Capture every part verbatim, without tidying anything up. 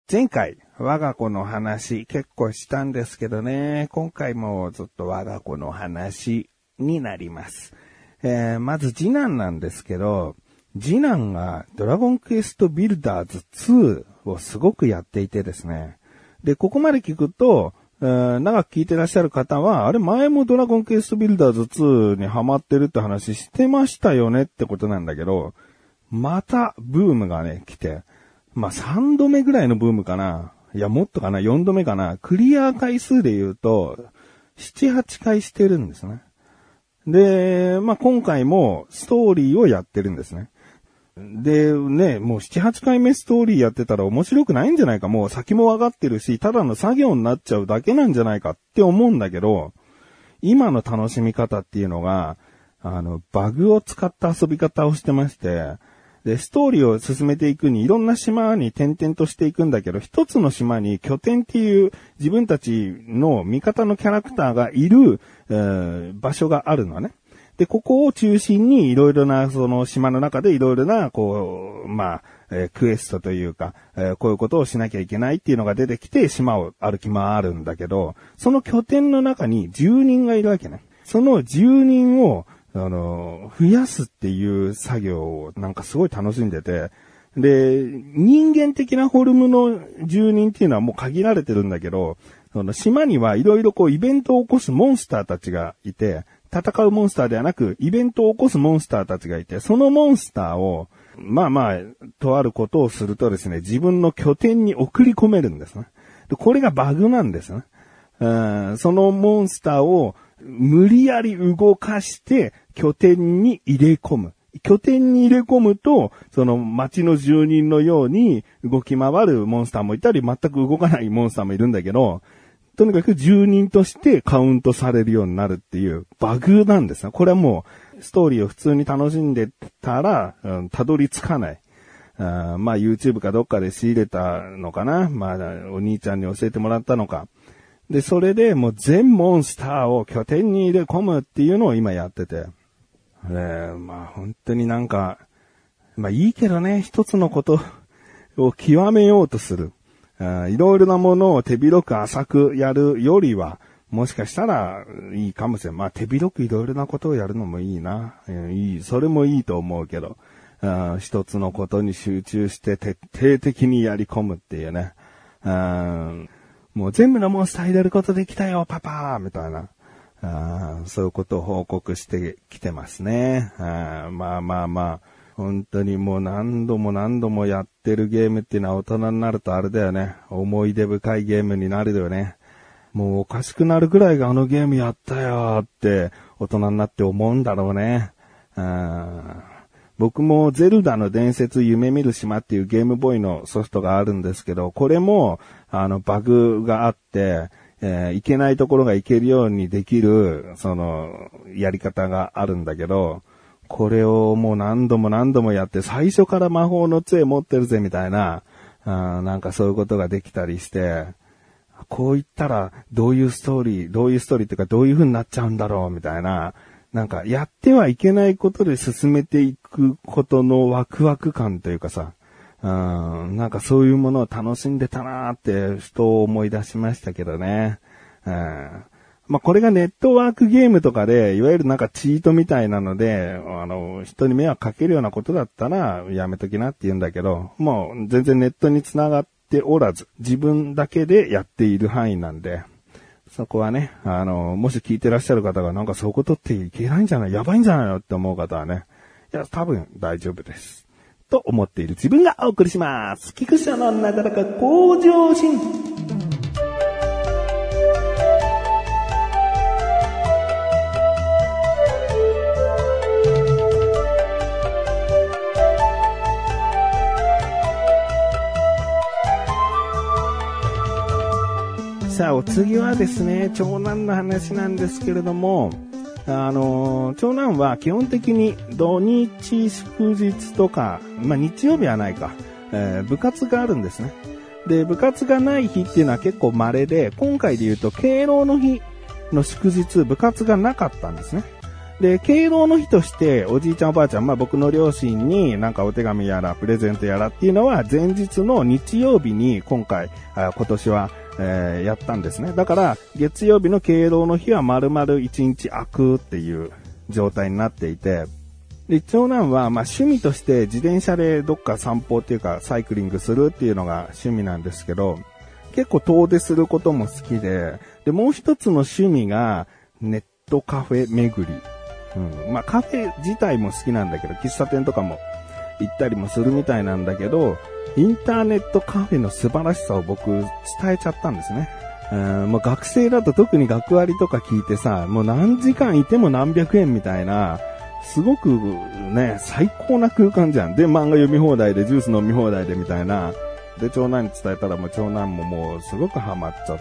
前回、我が子の話結構したんですけどね、今回もずっと我が子の話になります。えー、まず次男なんですけど、次男がドラゴンクエストビルダーズツーをすごくやっていてですね。で、ここまで聞くと、えー、長く聞いてらっしゃる方は、あれ前もドラゴンクエストビルダーズツーにハマってるって話してましたよねってことなんだけど、またブームがね、来て、まあ、さんどめぐらいのブームかな。いや、もっとかな。よんどめかな。クリア回数で言うと、なな、はちかいしてるんですね。で、まあ、今回もストーリーをやってるんですね。で、ね、もうなな、はちかいめストーリーやってたら面白くないんじゃないか。もう先も分かってるし、ただの作業になっちゃうだけなんじゃないかって思うんだけど、今の楽しみ方っていうのが、あの、バグを使った遊び方をしてまして、で、ストーリーを進めていくにいろんな島に点々としていくんだけど、一つの島に拠点っていう自分たちの味方のキャラクターがいる、えー、場所があるのね。で、ここを中心にいろいろな、その島の中でいろいろな、こう、まあ、えー、クエストというか、えー、こういうことをしなきゃいけないっていうのが出てきて島を歩き回るんだけど、その拠点の中に住人がいるわけね。その住人を、あの、増やすっていう作業をなんかすごい楽しんでて、で、人間的なフォルムの住人っていうのはもう限られてるんだけど、その島にはいろいろこうイベントを起こすモンスターたちがいて、戦うモンスターではなくイベントを起こすモンスターたちがいて、そのモンスターを、まあまあ、とあることをするとですね、自分の拠点に送り込めるんですね。で、これがバグなんですね。うん、そのモンスターを無理やり動かして拠点に入れ込む。拠点に入れ込むと、その街の住人のように動き回るモンスターもいたり、全く動かないモンスターもいるんだけど、とにかく住人としてカウントされるようになるっていうバグなんですね。これはもうストーリーを普通に楽しんでたら、うん、たどり着かない。あまあ YouTube かどっかで仕入れたのかな。まあお兄ちゃんに教えてもらったのか。で、それでもう全モンスターを拠点に入れ込むっていうのを今やってて。えー、まあ本当になんか、まあいいけどね、一つのことを極めようとする。いろいろなものを手広く浅くやるよりは、もしかしたらいいかもしれない。まあ手広くいろいろなことをやるのもいいな。いい、それもいいと思うけど、あ一つのことに集中して徹底的にやり込むっていうね。あもう全部のモンスター入れることできたよ、パパーみたいな。あそういうことを報告してきてますね。あまあまあまあ、本当にもう何度も何度もやってるゲームっていうのは大人になるとあれだよね。思い出深いゲームになるよね。もうおかしくなるぐらいがあのゲームやったよって大人になって思うんだろうね。あ僕もゼルダの伝説夢見る島っていうゲームボーイのソフトがあるんですけど、これもあのバグがあって、えー、いけないところがいけるようにできるそのやり方があるんだけど、これをもう何度も何度もやって最初から魔法の杖持ってるぜみたいな、あなんかそういうことができたりして、こう言ったらどういうストーリー、どういうストーリーっていうかどういう風になっちゃうんだろうみたいな、なんかやってはいけないことで進めていくことのワクワク感というかさ、うん、なんかそういうものを楽しんでたなーってふと思い出しましたけどね。うん、まあ、これがネットワークゲームとかで、いわゆるなんかチートみたいなので、あの、人に迷惑かけるようなことだったらやめときなって言うんだけど、もう全然ネットに繋がっておらず、自分だけでやっている範囲なんで、そこはね、あの、もし聞いてらっしゃる方がなんかそういうことっていけないんじゃない？やばいんじゃないのって思う方はね、いや、多分大丈夫です。と思っている自分がお送りします。菊池のなだらか向上心。さあ、お次はですね、長男の話なんですけれども、あのー、長男は基本的に土日祝日とか、まあ日曜日はないか、えー、部活があるんですね。で、部活がない日っていうのは結構稀で、今回で言うと敬老の日の祝日、部活がなかったんですね。 で、敬老の日として、おじいちゃんおばあちゃん、まあ僕の両親になんかお手紙やら、プレゼントやらっていうのは、前日の日曜日に今回、あ今年は、えー、やったんですね。だから、月曜日の敬老の日は丸々一日空くっていう状態になっていて、で、長男は、まあ趣味として自転車でどっか散歩っていうか、サイクリングするっていうのが趣味なんですけど、結構遠出することも好きで、で、もう一つの趣味が、ネットカフェ巡り。うん。まあカフェ自体も好きなんだけど、喫茶店とかも行ったりもするみたいなんだけど、インターネットカフェの素晴らしさを僕伝えちゃったんですね。うん、もう学生だと特に学割とか聞いてさ、もう何時間いても何百円みたいな、すごくね、最高な空間じゃん。で、漫画読み放題で、ジュース飲み放題でみたいな。で、長男に伝えたらもう長男ももうすごくハマっちゃって。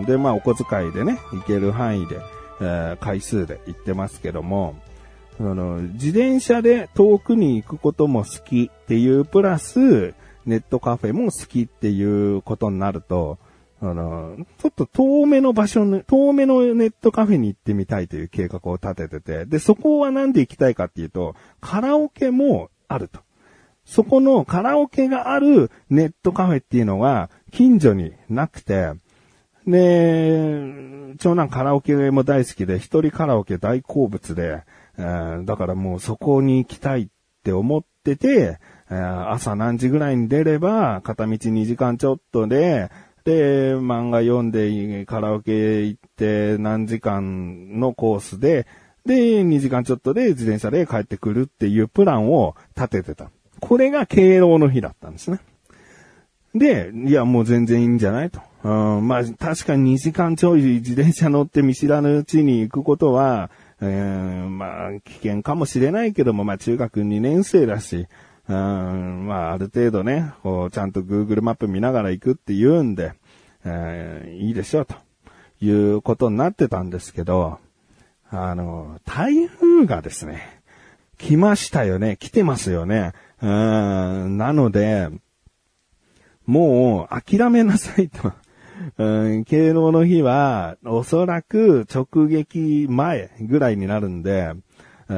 で、まあお小遣いでね、行ける範囲で、えー、回数で行ってますけども、あの、自転車で遠くに行くことも好きっていうプラス、ネットカフェも好きっていうことになると、あの、ちょっと遠めの場所に、遠めのネットカフェに行ってみたいという計画を立ててて、で、そこはなんで行きたいかっていうと、カラオケもあると。そこのカラオケがあるネットカフェっていうのが近所になくて、で、長男カラオケも大好きで、一人カラオケ大好物で、えー、だからもうそこに行きたいって思ってて、えー、朝何時ぐらいに出れば、片道にじかんちょっとで、で、漫画読んで、カラオケ行って何時間のコースで、で、にじかんちょっとで自転車で帰ってくるっていうプランを立ててた。これが敬老の日だったんですね。で、いやもう全然いいんじゃないと。うん、まあ確かににじかんちょい自転車乗って見知らぬうちに行くことは、えー、まあ危険かもしれないけども、まあ中学にねん生だし、うん、まあある程度ね、こうちゃんと Google マップ見ながら行くって言うんで、えー、いいでしょうということになってたんですけど、あの、台風がですね、来ましたよね。来てますよね。うん、なので、もう諦めなさいと。うん、敬老の日はおそらく直撃前ぐらいになるんで、うん、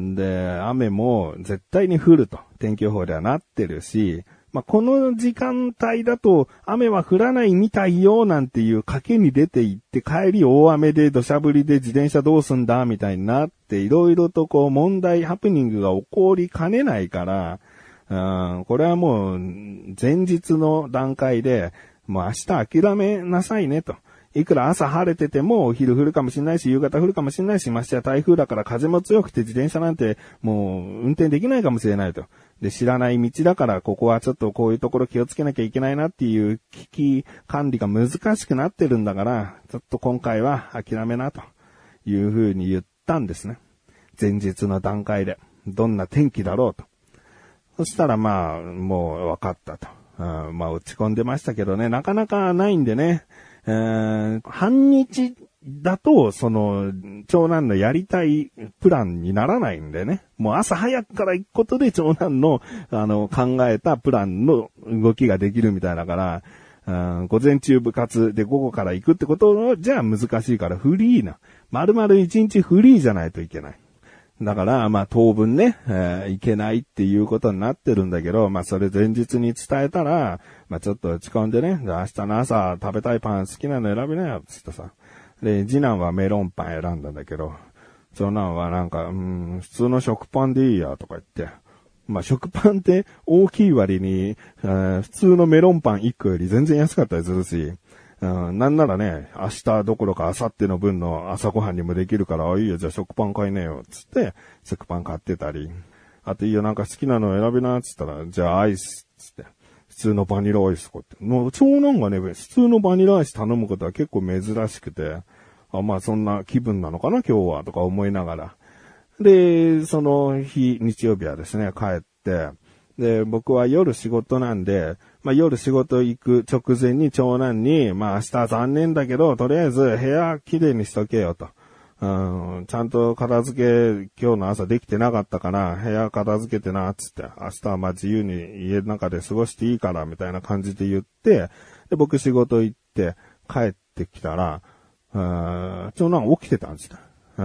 で、雨も絶対に降ると天気予報ではなってるし、まあ、この時間帯だと雨は降らないみたいよなんていう賭けに出て行って帰り大雨で土砂降りで自転車どうすんだみたいになっていろいろとこう問題ハプニングが起こりかねないから、うん、これはもう前日の段階でもう明日諦めなさいねと。いくら朝晴れててもお昼降るかもしれないし夕方降るかもしれないし、ましてや台風だから風も強くて自転車なんてもう運転できないかもしれないと。で、知らない道だからここはちょっとこういうところ気をつけなきゃいけないなっていう危機管理が難しくなってるんだから、ちょっと今回は諦めなというふうに言ったんですね。前日の段階で。どんな天気だろうと。そしたらまあ、もう分かったと。うん、まあ落ち込んでましたけどね、なかなかないんでね、えー、半日だと、その、長男のやりたいプランにならないんでね。もう朝早くから行くことで長男の、あの、考えたプランの動きができるみたいだから、うん、午前中部活で午後から行くってことじゃあ難しいからフリーな。丸々一日フリーじゃないといけない。だから、まあ当分ね、えー、いけないっていうことになってるんだけど、まあそれ前日に伝えたら、まあちょっと落ち込んでね、じゃあ明日の朝食べたいパン好きなの選びなよ、つってさ。で、次男はメロンパン選んだんだけど、長男はなんか、うん、普通の食パンでいいや、とか言って。まあ食パンって大きい割に、えー、普通のメロンパンいっこより全然安かったりするし、うん、なんならね、明日どころか明後日の分の朝ごはんにもできるから、あ、いいよ、じゃあ食パン買いねよ、つって、食パン買ってたり。あといいよ、なんか好きなの選びな、つったら、じゃあアイス、つって。普通のバニラアイスこうって。もう長男がね、普通のバニラアイス頼むことは結構珍しくて、あ、まあそんな気分なのかな、今日は、とか思いながら。で、その日、日曜日はですね、帰って、で、僕は夜仕事なんで、まあ夜仕事行く直前に長男に、まあ明日残念だけど、とりあえず部屋きれいにしとけよと。うん、ちゃんと片付け、今日の朝できてなかったから、部屋片付けてな、つって、明日はまあ自由に家の中で過ごしていいから、みたいな感じで言って、で、僕仕事行って帰ってきたら、長男起きてたんですよ。 うん、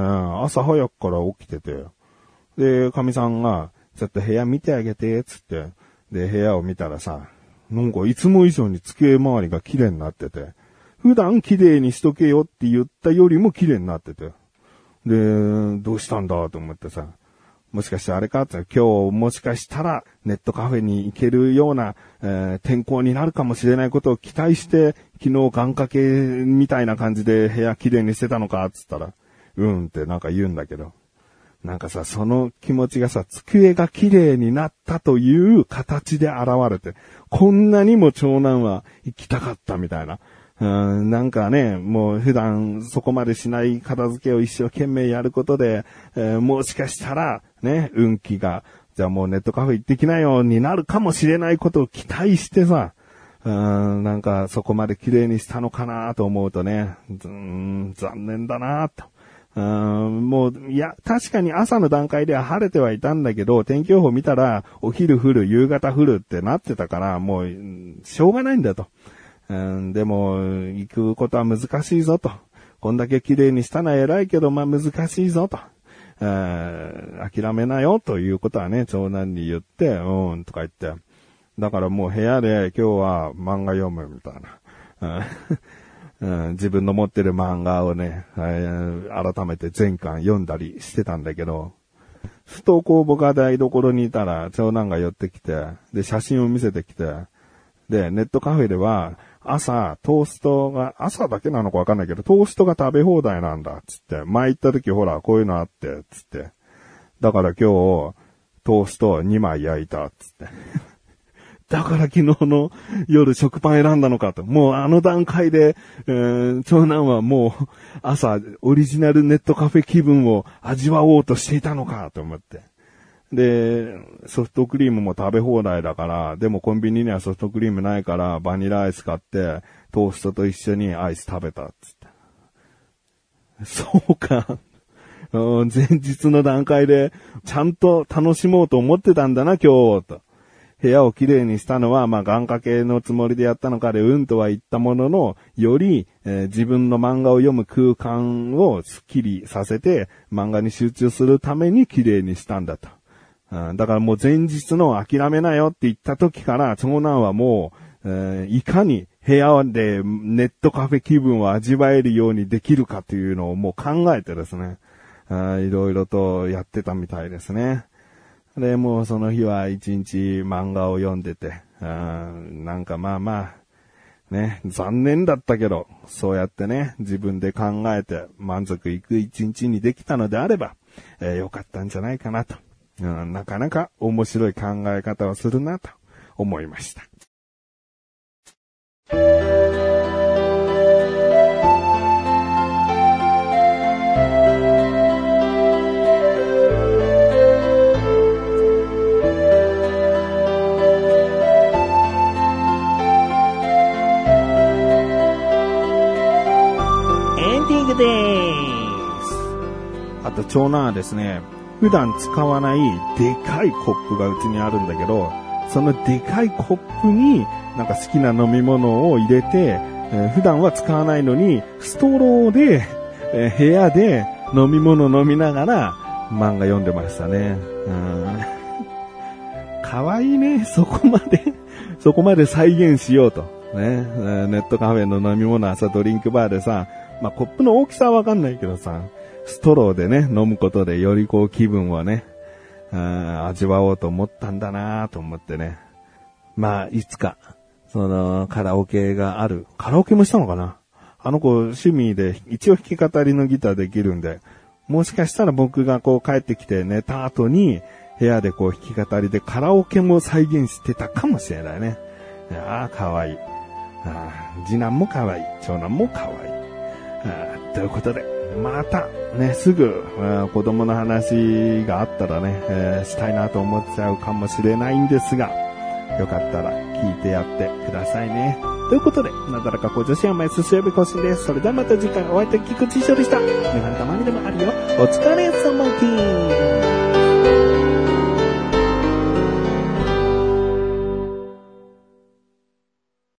朝早くから起きてて。で、神さんが、ちょっと部屋見てあげて、つって。で、部屋を見たらさ、なんかいつも以上に机周りが綺麗になってて、普段綺麗にしとけよって言ったよりも綺麗になってて。で、どうしたんだと思ってさ、もしかしてあれかって、今日もしかしたらネットカフェに行けるような、えー、天候になるかもしれないことを期待して、昨日願掛けみたいな感じで部屋綺麗にしてたのかっつったら、うんってなんか言うんだけど、なんかさ、その気持ちがさ、机が綺麗になったという形で現れて、こんなにも長男は行きたかったみたいな。うん、なんかね、もう普段そこまでしない片付けを一生懸命やることで、えー、もしかしたらね、運気が、じゃあもうネットカフェ行ってきなよになるかもしれないことを期待してさ、うん、なんかそこまで綺麗にしたのかなと思うとね、うーん、残念だなと。うん、もう、いや、確かに朝の段階では晴れてはいたんだけど、天気予報見たら、お昼降る、夕方降るってなってたから、もう、しょうがないんだと。うん、でも、行くことは難しいぞと。こんだけ綺麗にしたのは偉いけど、まあ難しいぞと。諦めなよということはね、長男に言って、うん、とか言って。だからもう部屋で今日は漫画読むみたいな。うん、自分の持ってる漫画をね、改めて全巻読んだりしてたんだけど、ふとこう僕は台所にいたら長男が寄ってきて、で、写真を見せてきて、で、ネットカフェでは、朝、トーストが、朝だけなのかわかんないけど、トーストが食べ放題なんだ、つって。前行った時ほら、こういうのあって、つって。だから今日、トーストにまい焼いた、つって。だから昨日の夜食パン選んだのかと。もうあの段階で、えー、長男はもう朝、オリジナルネットカフェ気分を味わおうとしていたのかと思って。で、ソフトクリームも食べ放題だから、でもコンビニにはソフトクリームないから、バニラアイス買って、トーストと一緒にアイス食べたっつって。そうか。前日の段階で、ちゃんと楽しもうと思ってたんだな、今日、と。部屋をきれいにしたのは、まあ、願掛けのつもりでやったのかで、うんとは言ったものの、より、えー、自分の漫画を読む空間をスッキリさせて、漫画に集中するためにきれいにしたんだと。うん、だからもう前日の諦めなよって言った時から、長男はもう、えー、いかに部屋でネットカフェ気分を味わえるようにできるかというのをもう考えてですね、いろいろとやってたみたいですね。で、もうその日は一日漫画を読んでて、うん、なんかまあまあ、ね、残念だったけど、そうやってね、自分で考えて満足いく一日にできたのであれば、えー、よかったんじゃないかなと。うん、なかなか面白い考え方をするなと思いました。エンディングでーす。あと長男はですね、普段使わないでかいコップがうちにあるんだけど、そのでかいコップになんか好きな飲み物を入れて、えー、普段は使わないのにストローで、えー、部屋で飲み物飲みながら漫画読んでましたね。うん、かわいいね、そこまでそこまで再現しようとね。ネットカフェの飲み物はさ、ドリンクバーでさ、まあ、コップの大きさはわかんないけどさ、ストローでね、飲むことでよりこう気分をね、味わおうと思ったんだなと思ってね。まあ、いつか、その、カラオケがある。カラオケもしたのかな？あの子、趣味で、一応弾き語りのギターできるんで、もしかしたら僕がこう帰ってきて寝た後に、部屋でこう弾き語りでカラオケも再現してたかもしれないね。ああ、かわいい。あ次男もかわいい。長男もかわいい。あということで、またね、すぐ子供の話があったらね、えー、したいなと思っちゃうかもしれないんですが、よかったら聞いてやってくださいね。ということで、なだらか向上心甘いすすよびこしです。それではまた次回お会いいたい菊池翔でした。メガネたまにでもあるよ。お疲れ様です。